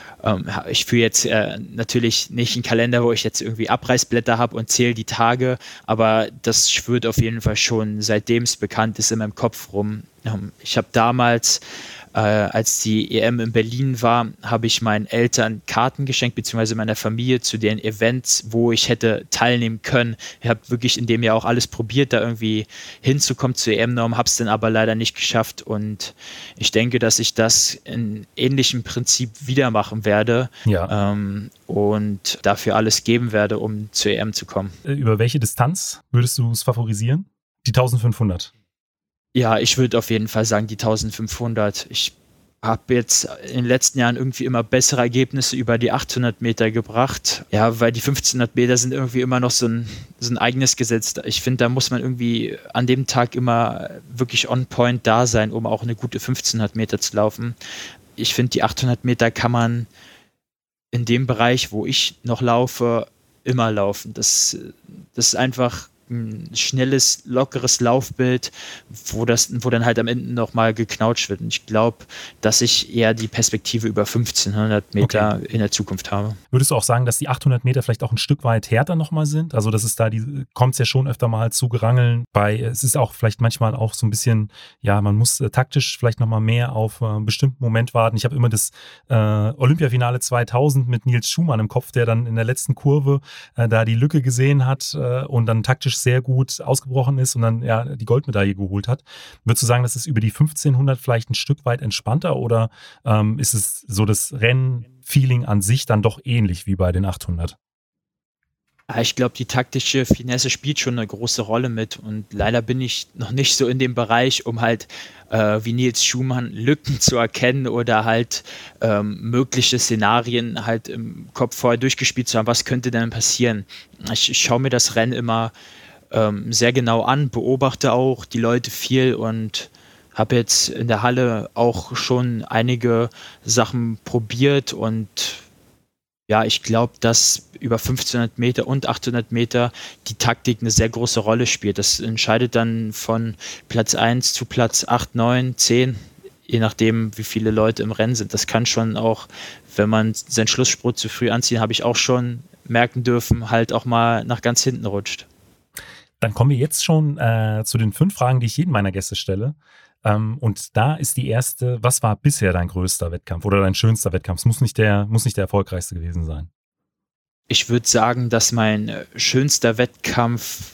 Ich führe jetzt natürlich nicht einen Kalender, wo ich jetzt irgendwie Abreißblätter habe und zähle die Tage, aber das schwirrt auf jeden Fall schon, seitdem es bekannt ist, in meinem Kopf rum. Ich habe damals, als die EM in Berlin war, habe ich meinen Eltern Karten geschenkt, beziehungsweise meiner Familie zu den Events, wo ich hätte teilnehmen können. Ich habe wirklich in dem Jahr auch alles probiert, da irgendwie hinzukommen zur EM-Norm, habe es dann aber leider nicht geschafft und ich denke, dass ich das in ähnlichem Prinzip wieder machen werde und dafür alles geben werde, um zur EM zu kommen. Über welche Distanz würdest du es favorisieren? Die 1500? Ja, ich würde auf jeden Fall sagen, die 1500. Ich habe jetzt in den letzten Jahren irgendwie immer bessere Ergebnisse über die 800 Meter gebracht. Ja, weil die 1500 Meter sind irgendwie immer noch so ein eigenes Gesetz. Ich finde, da muss man irgendwie an dem Tag immer wirklich on point da sein, um auch eine gute 1500 Meter zu laufen. Ich finde, die 800 Meter kann man in dem Bereich, wo ich noch laufe, immer laufen. Das ist einfach ein schnelles, lockeres Laufbild, wo dann halt am Ende nochmal geknautscht wird. Und ich glaube, dass ich eher die Perspektive über 1500 Meter in der Zukunft habe. Würdest du auch sagen, dass die 800 Meter vielleicht auch ein Stück weit härter nochmal sind? Also das ist da, kommt es ja schon öfter mal zu Gerangeln. Es ist auch vielleicht manchmal auch so ein bisschen, ja, man muss taktisch vielleicht nochmal mehr auf einen bestimmten Moment warten. Ich habe immer das Olympiafinale 2000 mit Nils Schumann im Kopf, der dann in der letzten Kurve da die Lücke gesehen hat und dann taktisch sehr gut ausgebrochen ist und dann ja die Goldmedaille geholt hat. Würdest du sagen, das ist über die 1500 vielleicht ein Stück weit entspannter oder ist es so das Rennfeeling an sich dann doch ähnlich wie bei den 800? Ich glaube, die taktische Finesse spielt schon eine große Rolle mit und leider bin ich noch nicht so in dem Bereich, um halt wie Nils Schumann Lücken zu erkennen oder halt mögliche Szenarien halt im Kopf vorher durchgespielt zu haben, was könnte denn passieren. Ich schaue mir das Rennen immer sehr genau an, beobachte auch die Leute viel und habe jetzt in der Halle auch schon einige Sachen probiert und ja, ich glaube, dass über 1500 Meter und 800 Meter die Taktik eine sehr große Rolle spielt. Das entscheidet dann von Platz 1 zu Platz 8, 9, 10, je nachdem, wie viele Leute im Rennen sind. Das kann schon auch, wenn man seinen Schlussspurt zu früh anzieht, habe ich auch schon merken dürfen, halt auch mal nach ganz hinten rutscht. Dann kommen wir jetzt schon zu den 5 Fragen, die ich jedem meiner Gäste stelle. Und da ist die erste: Was war bisher dein größter Wettkampf oder dein schönster Wettkampf? Es muss nicht der erfolgreichste gewesen sein. Ich würde sagen, dass mein schönster Wettkampf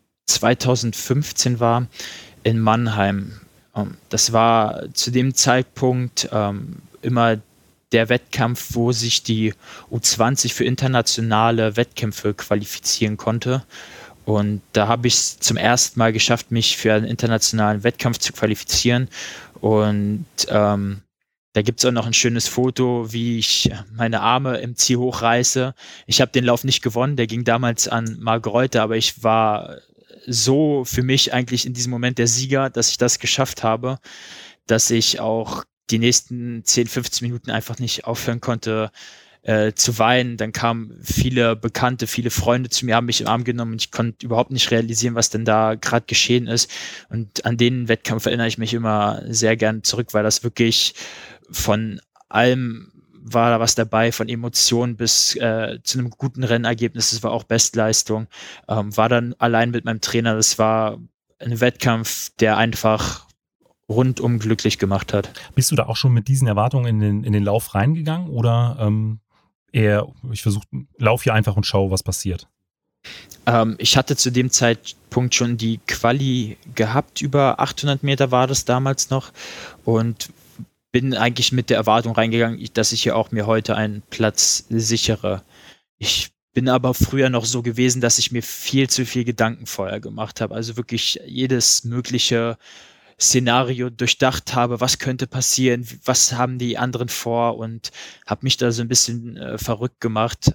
2015 war in Mannheim. Das war zu dem Zeitpunkt immer der Wettkampf, wo sich die U20 für internationale Wettkämpfe qualifizieren konnte. Und da habe ich es zum ersten Mal geschafft, mich für einen internationalen Wettkampf zu qualifizieren. Und da gibt es auch noch ein schönes Foto, wie ich meine Arme im Ziel hochreiße. Ich habe den Lauf nicht gewonnen, der ging damals an Marc Reuter, aber ich war so für mich eigentlich in diesem Moment der Sieger, dass ich das geschafft habe, dass ich auch die nächsten 10, 15 Minuten einfach nicht aufhören konnte zu weinen. Dann kamen viele Bekannte, viele Freunde zu mir, haben mich im Arm genommen und ich konnte überhaupt nicht realisieren, was denn da gerade geschehen ist. Und an den Wettkampf erinnere ich mich immer sehr gern zurück, weil das wirklich von allem war da was dabei, von Emotionen bis zu einem guten Rennergebnis. Das war auch Bestleistung. War dann allein mit meinem Trainer. Das war ein Wettkampf, der einfach rundum glücklich gemacht hat. Bist du da auch schon mit diesen Erwartungen in den Lauf reingegangen oder eher, lauf hier einfach und schau, was passiert? Ich hatte zu dem Zeitpunkt schon die Quali gehabt, über 800 Meter war das damals noch, und bin eigentlich mit der Erwartung reingegangen, dass ich hier auch mir heute einen Platz sichere. Ich bin aber früher noch so gewesen, dass ich mir viel zu viel Gedanken vorher gemacht habe, also wirklich jedes mögliche Szenario durchdacht habe, was könnte passieren, was haben die anderen vor, und habe mich da so ein bisschen verrückt gemacht.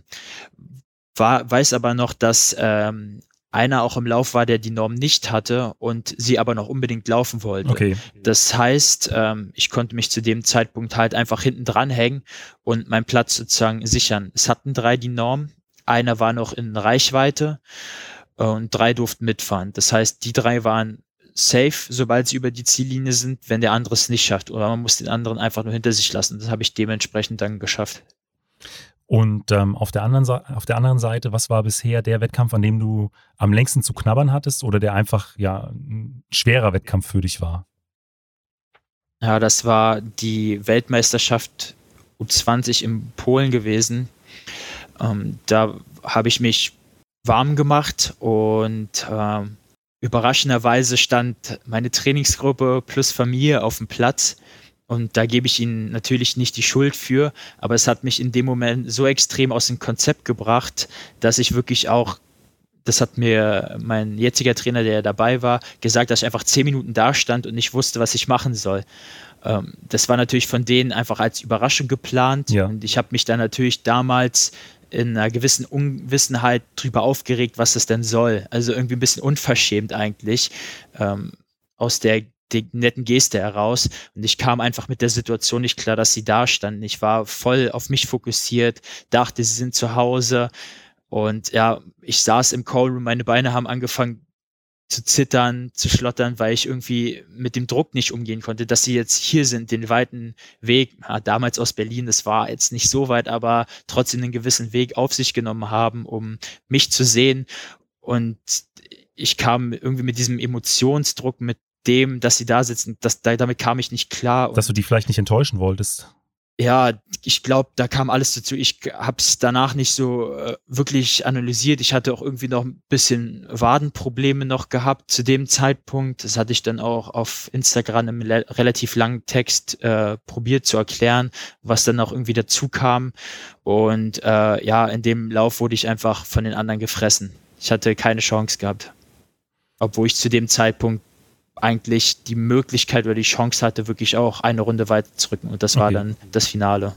Weiß aber noch, dass einer auch im Lauf war, der die Norm nicht hatte und sie aber noch unbedingt laufen wollte. Okay. Das heißt, ich konnte mich zu dem Zeitpunkt halt einfach hinten dran hängen und meinen Platz sozusagen sichern. Es hatten 3 die Norm, einer war noch in Reichweite und 3 durften mitfahren. Das heißt, die 3 waren safe, sobald sie über die Ziellinie sind, wenn der andere es nicht schafft. Oder man muss den anderen einfach nur hinter sich lassen. Das habe ich dementsprechend dann geschafft. Und auf der anderen Seite, was war bisher der Wettkampf, an dem du am längsten zu knabbern hattest oder der einfach ein schwerer Wettkampf für dich war? Ja, das war die Weltmeisterschaft U20 in Polen gewesen. Da habe ich mich warm gemacht und überraschenderweise stand meine Trainingsgruppe plus Familie auf dem Platz, und da gebe ich ihnen natürlich nicht die Schuld für, aber es hat mich in dem Moment so extrem aus dem Konzept gebracht, dass ich wirklich auch, das hat mir mein jetziger Trainer, der dabei war, gesagt, dass ich einfach 10 Minuten da stand und nicht wusste, was ich machen soll. Das war natürlich von denen einfach als Überraschung geplant, ja. Und ich habe mich dann natürlich damals in einer gewissen Unwissenheit drüber aufgeregt, was das denn soll. Also irgendwie ein bisschen unverschämt eigentlich, aus der netten Geste heraus. Und ich kam einfach mit der Situation nicht klar, dass sie da standen. Ich war voll auf mich fokussiert, dachte, sie sind zu Hause. Und ja, ich saß im Callroom, meine Beine haben angefangen zu zittern, zu schlottern, weil ich irgendwie mit dem Druck nicht umgehen konnte, dass sie jetzt hier sind, den weiten Weg, damals aus Berlin, das war jetzt nicht so weit, aber trotzdem einen gewissen Weg auf sich genommen haben, um mich zu sehen. Und ich kam irgendwie mit diesem Emotionsdruck, mit dem, dass sie da sitzen, damit kam ich nicht klar. Dass du die vielleicht nicht enttäuschen wolltest? Ja, ich glaube, da kam alles dazu. Ich habe es danach nicht so wirklich analysiert. Ich hatte auch irgendwie noch ein bisschen Wadenprobleme noch gehabt zu dem Zeitpunkt. Das hatte ich dann auch auf Instagram im relativ langen Text probiert zu erklären, was dann auch irgendwie dazu kam. Und in dem Lauf wurde ich einfach von den anderen gefressen. Ich hatte keine Chance gehabt. Obwohl ich zu dem Zeitpunkt eigentlich die Möglichkeit oder die Chance hatte, wirklich auch eine Runde weiter zu rücken. Und das war dann das Finale.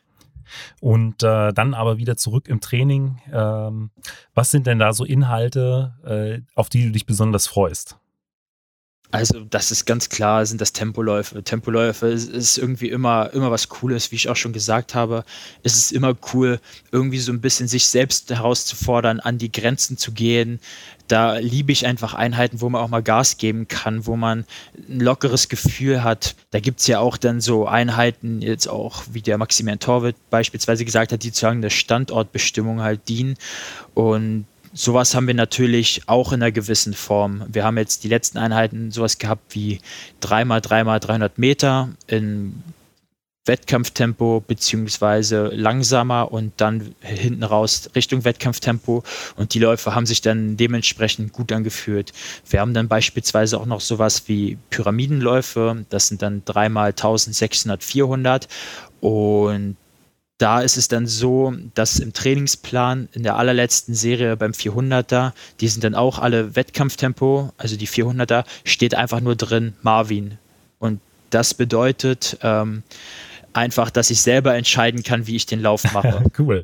Und dann aber wieder zurück im Training. Was sind denn da so Inhalte, auf die du dich besonders freust? Also das ist ganz klar, sind das Tempoläufe. Tempoläufe ist irgendwie immer was Cooles, wie ich auch schon gesagt habe. Es ist immer cool, irgendwie so ein bisschen sich selbst herauszufordern, an die Grenzen zu gehen. Da liebe ich einfach Einheiten, wo man auch mal Gas geben kann, wo man ein lockeres Gefühl hat. Da gibt es ja auch dann so Einheiten, jetzt auch, wie der Maximilian Torwitt beispielsweise gesagt hat, die sozusagen der Standortbestimmung halt dienen. Und sowas haben wir natürlich auch in einer gewissen Form. Wir haben jetzt die letzten Einheiten sowas gehabt wie 3x3x300 Meter in Wettkampftempo beziehungsweise langsamer und dann hinten raus Richtung Wettkampftempo, und die Läufe haben sich dann dementsprechend gut angefühlt. Wir haben dann beispielsweise auch noch sowas wie Pyramidenläufe, das sind dann 3x1600, 400, und da ist es dann so, dass im Trainingsplan in der allerletzten Serie beim 400er, die sind dann auch alle Wettkampftempo, also die 400er, steht einfach nur drin Marvin. Und das bedeutet einfach, dass ich selber entscheiden kann, wie ich den Lauf mache. Cool.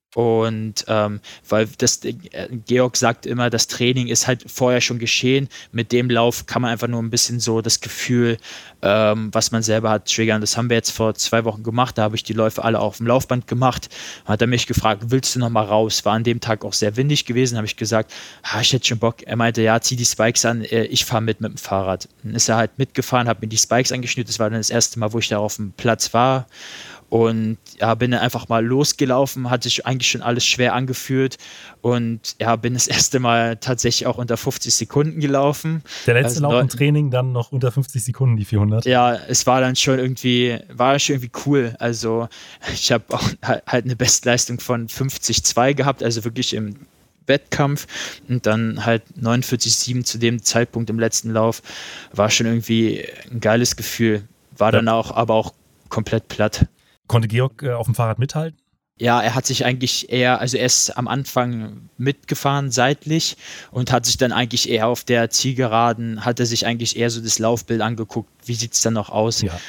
Und weil Georg sagt immer, das Training ist halt vorher schon geschehen. Mit dem Lauf kann man einfach nur ein bisschen so das Gefühl, was man selber hat, triggern. Das haben wir jetzt vor 2 Wochen gemacht. Da habe ich die Läufe alle auf dem Laufband gemacht. Hat er mich gefragt, willst du noch mal raus? War an dem Tag auch sehr windig gewesen. Habe ich gesagt, ich hätte schon Bock. Er meinte, ja, zieh die Spikes an. Ich fahre mit dem Fahrrad. Dann ist er halt mitgefahren, hat mir die Spikes angeschnürt. Das war dann das erste Mal, wo ich da auf dem Platz war. Und ja, bin dann einfach mal losgelaufen, hat sich eigentlich schon alles schwer angefühlt und ja, bin das erste Mal tatsächlich auch unter 50 Sekunden gelaufen. Der letzte Lauf im Training dann noch unter 50 Sekunden, die 400? Ja, es war dann schon irgendwie cool. Also ich habe auch halt eine Bestleistung von 50,2 gehabt, also wirklich im Wettkampf und dann halt 49,7 zu dem Zeitpunkt im letzten Lauf. War schon irgendwie ein geiles Gefühl. War dann aber auch komplett platt. Konnte Georg auf dem Fahrrad mithalten? Ja, er hat sich eigentlich er ist am Anfang mitgefahren, seitlich, und hat sich dann eigentlich eher auf der Zielgeraden, hat er sich eigentlich eher so das Laufbild angeguckt, wie sieht es dann noch aus. Ja.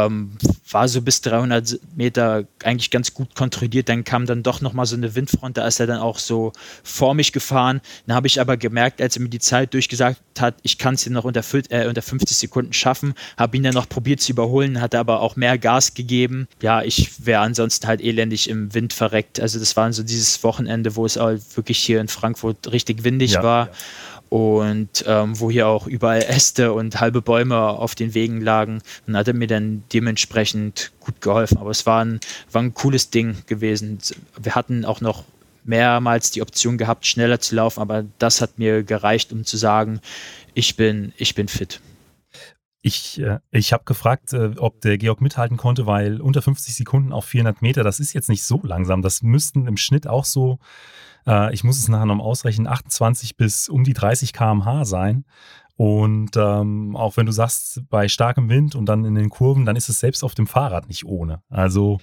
War so bis 300 Meter eigentlich ganz gut kontrolliert, dann kam dann doch nochmal so eine Windfront, da ist er dann auch so vor mich gefahren. Dann habe ich aber gemerkt, als er mir die Zeit durchgesagt hat, ich kann es hier noch unter 50 Sekunden schaffen, habe ihn dann noch probiert zu überholen, hat aber auch mehr Gas gegeben. Ja, ich wäre ansonsten halt elendig im Wind verreckt. Also das war so dieses Wochenende, wo es auch wirklich hier in Frankfurt richtig windig war. Ja. Und wo hier auch überall Äste und halbe Bäume auf den Wegen lagen. Und hat er mir dann dementsprechend gut geholfen. Aber es war ein cooles Ding gewesen. Wir hatten auch noch mehrmals die Option gehabt, schneller zu laufen, aber das hat mir gereicht, um zu sagen, ich bin fit. Ich habe gefragt, ob der Georg mithalten konnte, weil unter 50 Sekunden auf 400 Meter, das ist jetzt nicht so langsam. Das müssten im Schnitt auch so, ich muss es nachher noch ausrechnen, 28 bis um die 30 km/h sein. Und auch wenn du sagst, bei starkem Wind und dann in den Kurven, dann ist es selbst auf dem Fahrrad nicht ohne. Also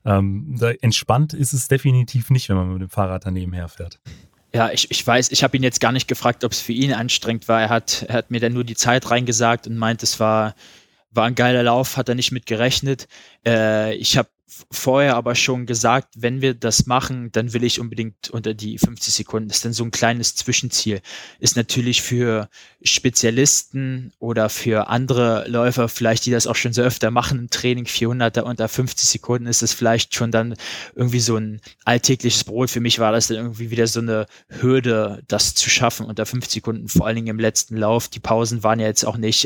entspannt ist es definitiv nicht, wenn man mit dem Fahrrad daneben herfährt. Ja, ich weiß, ich habe ihn jetzt gar nicht gefragt, ob es für ihn anstrengend war. Er hat mir dann nur die Zeit reingesagt und meint, es war ein geiler Lauf, hat er nicht mit gerechnet. Ich habe vorher aber schon gesagt, wenn wir das machen, dann will ich unbedingt unter die 50 Sekunden. Das ist dann so ein kleines Zwischenziel. Ist natürlich für Spezialisten oder für andere Läufer vielleicht, die das auch schon so öfter machen im Training, 400er unter 50 Sekunden, ist das vielleicht schon dann irgendwie so ein alltägliches Brot. Für mich war das dann irgendwie wieder so eine Hürde, das zu schaffen unter 50 Sekunden, vor allen Dingen im letzten Lauf. Die Pausen waren ja jetzt auch nicht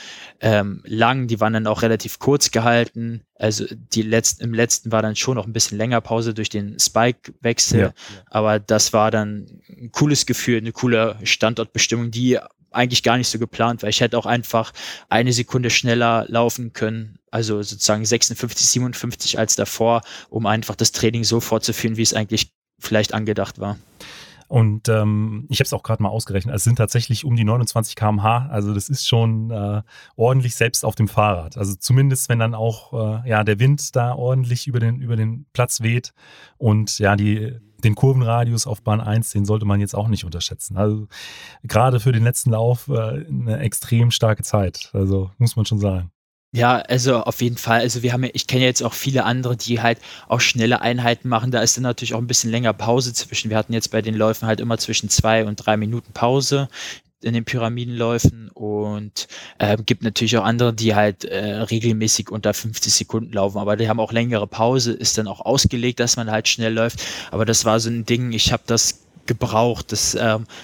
lang, die waren dann auch relativ kurz gehalten. Also im letzten war dann schon noch ein bisschen länger Pause durch den Spike-Wechsel, aber das war dann ein cooles Gefühl, eine coole Standortbestimmung, die eigentlich gar nicht so geplant war. Ich hätte auch einfach eine Sekunde schneller laufen können, also sozusagen 56, 57 als davor, um einfach das Training so fortzuführen, wie es eigentlich vielleicht angedacht war. Und ich habe es auch gerade mal ausgerechnet, es sind tatsächlich um die 29 km/h, also das ist schon ordentlich selbst auf dem Fahrrad. Also zumindest, wenn dann auch der Wind da ordentlich über den Platz weht und ja, den Kurvenradius auf Bahn 1, den sollte man jetzt auch nicht unterschätzen. Also gerade für den letzten Lauf eine extrem starke Zeit, also muss man schon sagen. Ja, also auf jeden Fall. Also ich kenne ja jetzt auch viele andere, die halt auch schnelle Einheiten machen. Da ist dann natürlich auch ein bisschen länger Pause zwischen. Wir hatten jetzt bei den Läufen halt immer zwischen 2 und 3 Minuten Pause in den Pyramidenläufen und gibt natürlich auch andere, die halt regelmäßig unter 50 Sekunden laufen, aber die haben auch längere Pause, ist dann auch ausgelegt, dass man halt schnell läuft. Aber das war so ein Ding, ich habe das gebraucht. Das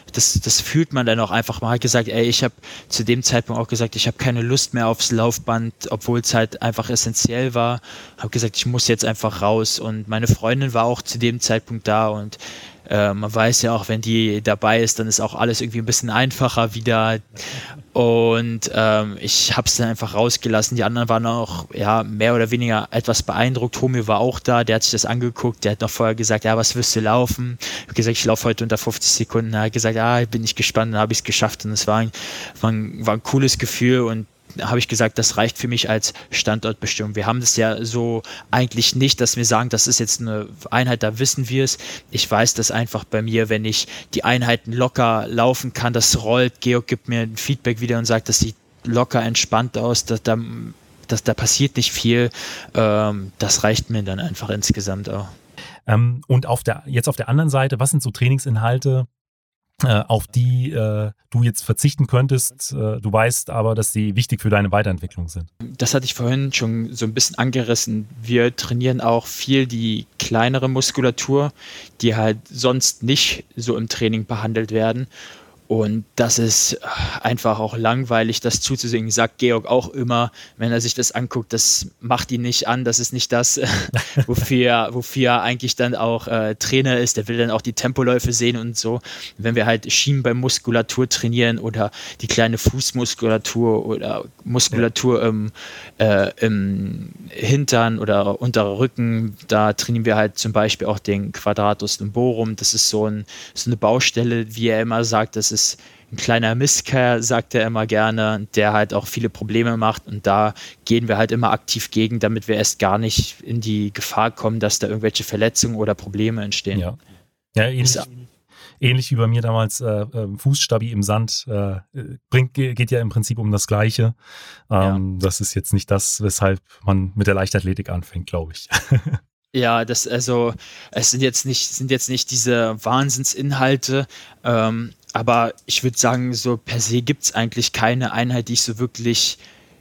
fühlt man dann auch einfach. Man hat gesagt, ich habe zu dem Zeitpunkt auch gesagt, ich habe keine Lust mehr aufs Laufband, obwohl es halt einfach essentiell war. Habe gesagt, ich muss jetzt einfach raus. Und meine Freundin war auch zu dem Zeitpunkt da und man weiß ja auch, wenn die dabei ist, dann ist auch alles irgendwie ein bisschen einfacher wieder. Und ich habe es dann einfach rausgelassen. Die anderen waren auch mehr oder weniger etwas beeindruckt. Homö war auch da, der hat sich das angeguckt. Der hat noch vorher gesagt, was wirst du laufen? Ich habe gesagt, ich laufe heute unter 50 Sekunden. Er hat gesagt, bin ich gespannt. Dann habe ich es geschafft. Und es war ein cooles Gefühl. Und habe ich gesagt, das reicht für mich als Standortbestimmung. Wir haben das ja so eigentlich nicht, dass wir sagen, das ist jetzt eine Einheit, da wissen wir es. Ich weiß das einfach bei mir, wenn ich die Einheiten locker laufen kann, das rollt. Georg gibt mir ein Feedback wieder und sagt, das sieht locker entspannt aus, da passiert nicht viel. Das reicht mir dann einfach insgesamt auch. Und jetzt auf der anderen Seite, was sind so Trainingsinhalte, auf die du jetzt verzichten könntest, du weißt aber, dass sie wichtig für deine Weiterentwicklung sind? Das hatte ich vorhin schon so ein bisschen angerissen. Wir trainieren auch viel die kleinere Muskulatur, die halt sonst nicht so im Training behandelt werden. Und das ist einfach auch langweilig, das zuzusehen. Sagt Georg auch immer, wenn er sich das anguckt, das macht ihn nicht an, das ist nicht das, wofür er eigentlich dann auch Trainer ist. Der will dann auch die Tempoläufe sehen und so. Wenn wir halt Schienbeinmuskulatur trainieren oder die kleine Fußmuskulatur oder Muskulatur im Hintern oder unterer Rücken, da trainieren wir halt zum Beispiel auch den Quadratus lumborum. Das ist so eine Baustelle, wie er immer sagt, das ist ein kleiner Mistkerl, sagt er immer gerne, der halt auch viele Probleme macht, und da gehen wir halt immer aktiv gegen, damit wir erst gar nicht in die Gefahr kommen, dass da irgendwelche Verletzungen oder Probleme entstehen. Ja, ähnlich wie bei mir damals Fußstabi im Sand, geht ja im Prinzip um das Gleiche. Das ist jetzt nicht das, weshalb man mit der Leichtathletik anfängt, glaube ich. Ja, es sind jetzt nicht diese Wahnsinnsinhalte, aber ich würde sagen, so per se gibt es eigentlich keine Einheit, die ich so wirklich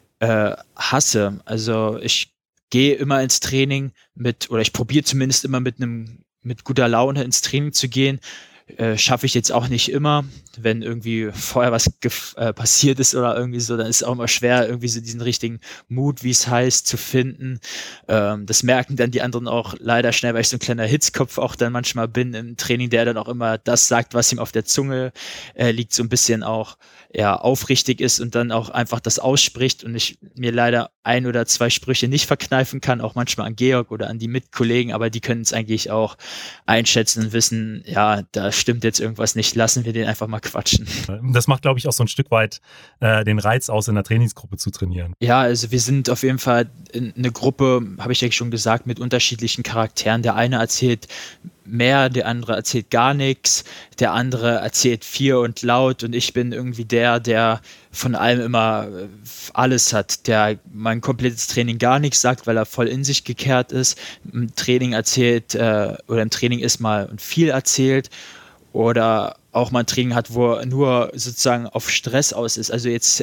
hasse. Also ich gehe immer ins Training oder ich probiere zumindest immer mit guter Laune ins Training zu gehen. Schaffe ich jetzt auch nicht immer. Wenn irgendwie vorher was passiert ist oder irgendwie so, dann ist es auch immer schwer, irgendwie so diesen richtigen Mut, wie es heißt, zu finden. Das merken dann die anderen auch leider schnell, weil ich so ein kleiner Hitzkopf auch dann manchmal bin im Training, der dann auch immer das sagt, was ihm auf der Zunge liegt, so ein bisschen auch aufrichtig ist und dann auch einfach das ausspricht und ich mir leider 1 oder 2 Sprüche nicht verkneifen kann, auch manchmal an Georg oder an die Mitkollegen, aber die können es eigentlich auch einschätzen und wissen, ja, da stimmt jetzt irgendwas nicht, lassen wir den einfach mal quatschen. Das macht, glaube ich, auch so ein Stück weit den Reiz aus, in einer Trainingsgruppe zu trainieren. Ja, also wir sind auf jeden Fall eine Gruppe, habe ich ja schon gesagt, mit unterschiedlichen Charakteren. Der eine erzählt mehr, der andere erzählt gar nichts, der andere erzählt viel und laut und ich bin irgendwie der von allem immer alles hat, der mein komplettes Training gar nichts sagt, weil er voll in sich gekehrt ist, im Training erzählt oder im Training ist mal und viel erzählt oder auch mal ein Training hat, wo er nur sozusagen auf Stress aus ist, also jetzt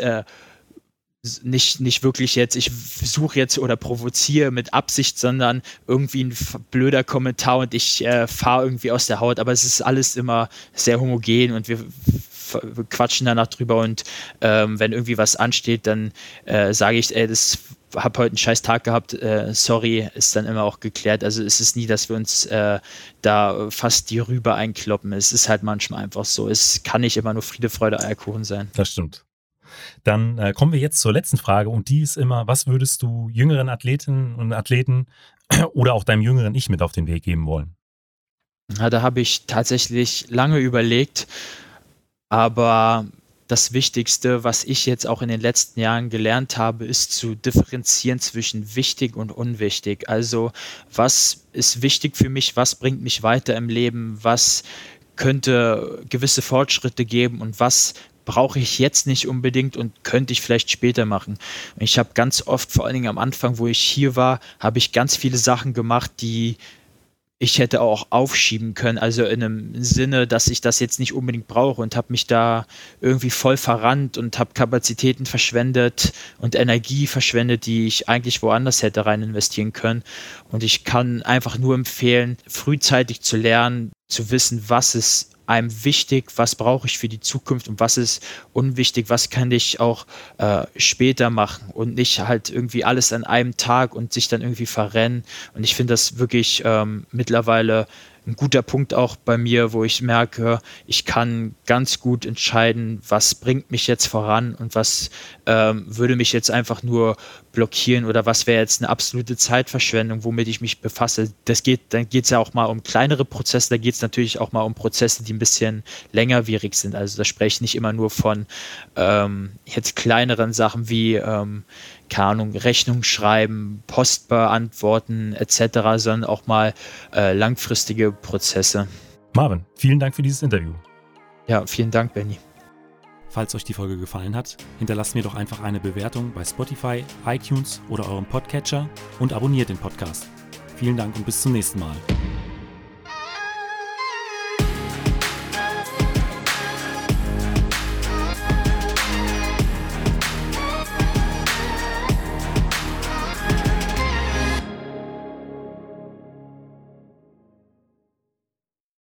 nicht wirklich jetzt, ich suche jetzt oder provoziere mit Absicht, sondern irgendwie ein blöder Kommentar und ich fahre irgendwie aus der Haut, aber es ist alles immer sehr homogen und wir quatschen danach drüber und wenn irgendwie was ansteht, dann sage ich, habe heute einen scheiß Tag gehabt, sorry, ist dann immer auch geklärt. Also es ist nie, dass wir uns da fast die Rübe einkloppen. Es ist halt manchmal einfach so. Es kann nicht immer nur Friede, Freude, Eierkuchen sein. Das stimmt. Dann kommen wir jetzt zur letzten Frage und die ist immer, was würdest du jüngeren Athletinnen und Athleten oder auch deinem jüngeren Ich mit auf den Weg geben wollen? Ja, da habe ich tatsächlich lange überlegt, aber das Wichtigste, was ich jetzt auch in den letzten Jahren gelernt habe, ist zu differenzieren zwischen wichtig und unwichtig. Also was ist wichtig für mich, was bringt mich weiter im Leben, was könnte gewisse Fortschritte geben und was brauche ich jetzt nicht unbedingt und könnte ich vielleicht später machen. Ich habe ganz oft, vor allen Dingen am Anfang, wo ich hier war, habe ich ganz viele Sachen gemacht, die ich hätte auch aufschieben können, also in einem Sinne, dass ich das jetzt nicht unbedingt brauche und habe mich da irgendwie voll verrannt und habe Kapazitäten verschwendet und Energie verschwendet, die ich eigentlich woanders hätte rein investieren können. Und ich kann einfach nur empfehlen, frühzeitig zu lernen, zu wissen, was ist einem wichtig, was brauche ich für die Zukunft und was ist unwichtig, was kann ich auch später machen und nicht halt irgendwie alles an einem Tag und sich dann irgendwie verrennen. Und ich finde das wirklich mittlerweile ein guter Punkt auch bei mir, wo ich merke, ich kann ganz gut entscheiden, was bringt mich jetzt voran und was würde mich jetzt einfach nur blockieren oder was wäre jetzt eine absolute Zeitverschwendung, womit ich mich befasse. Dann geht es ja auch mal um kleinere Prozesse, da geht es natürlich auch mal um Prozesse, die ein bisschen längerwierig sind. Also da spreche ich nicht immer nur von jetzt kleineren Sachen wie keine Ahnung, Rechnung schreiben, Post beantworten etc., sondern auch mal langfristige Prozesse. Marvin, vielen Dank für dieses Interview. Ja, vielen Dank, Benny. Falls euch die Folge gefallen hat, hinterlasst mir doch einfach eine Bewertung bei Spotify, iTunes oder eurem Podcatcher und abonniert den Podcast. Vielen Dank und bis zum nächsten Mal.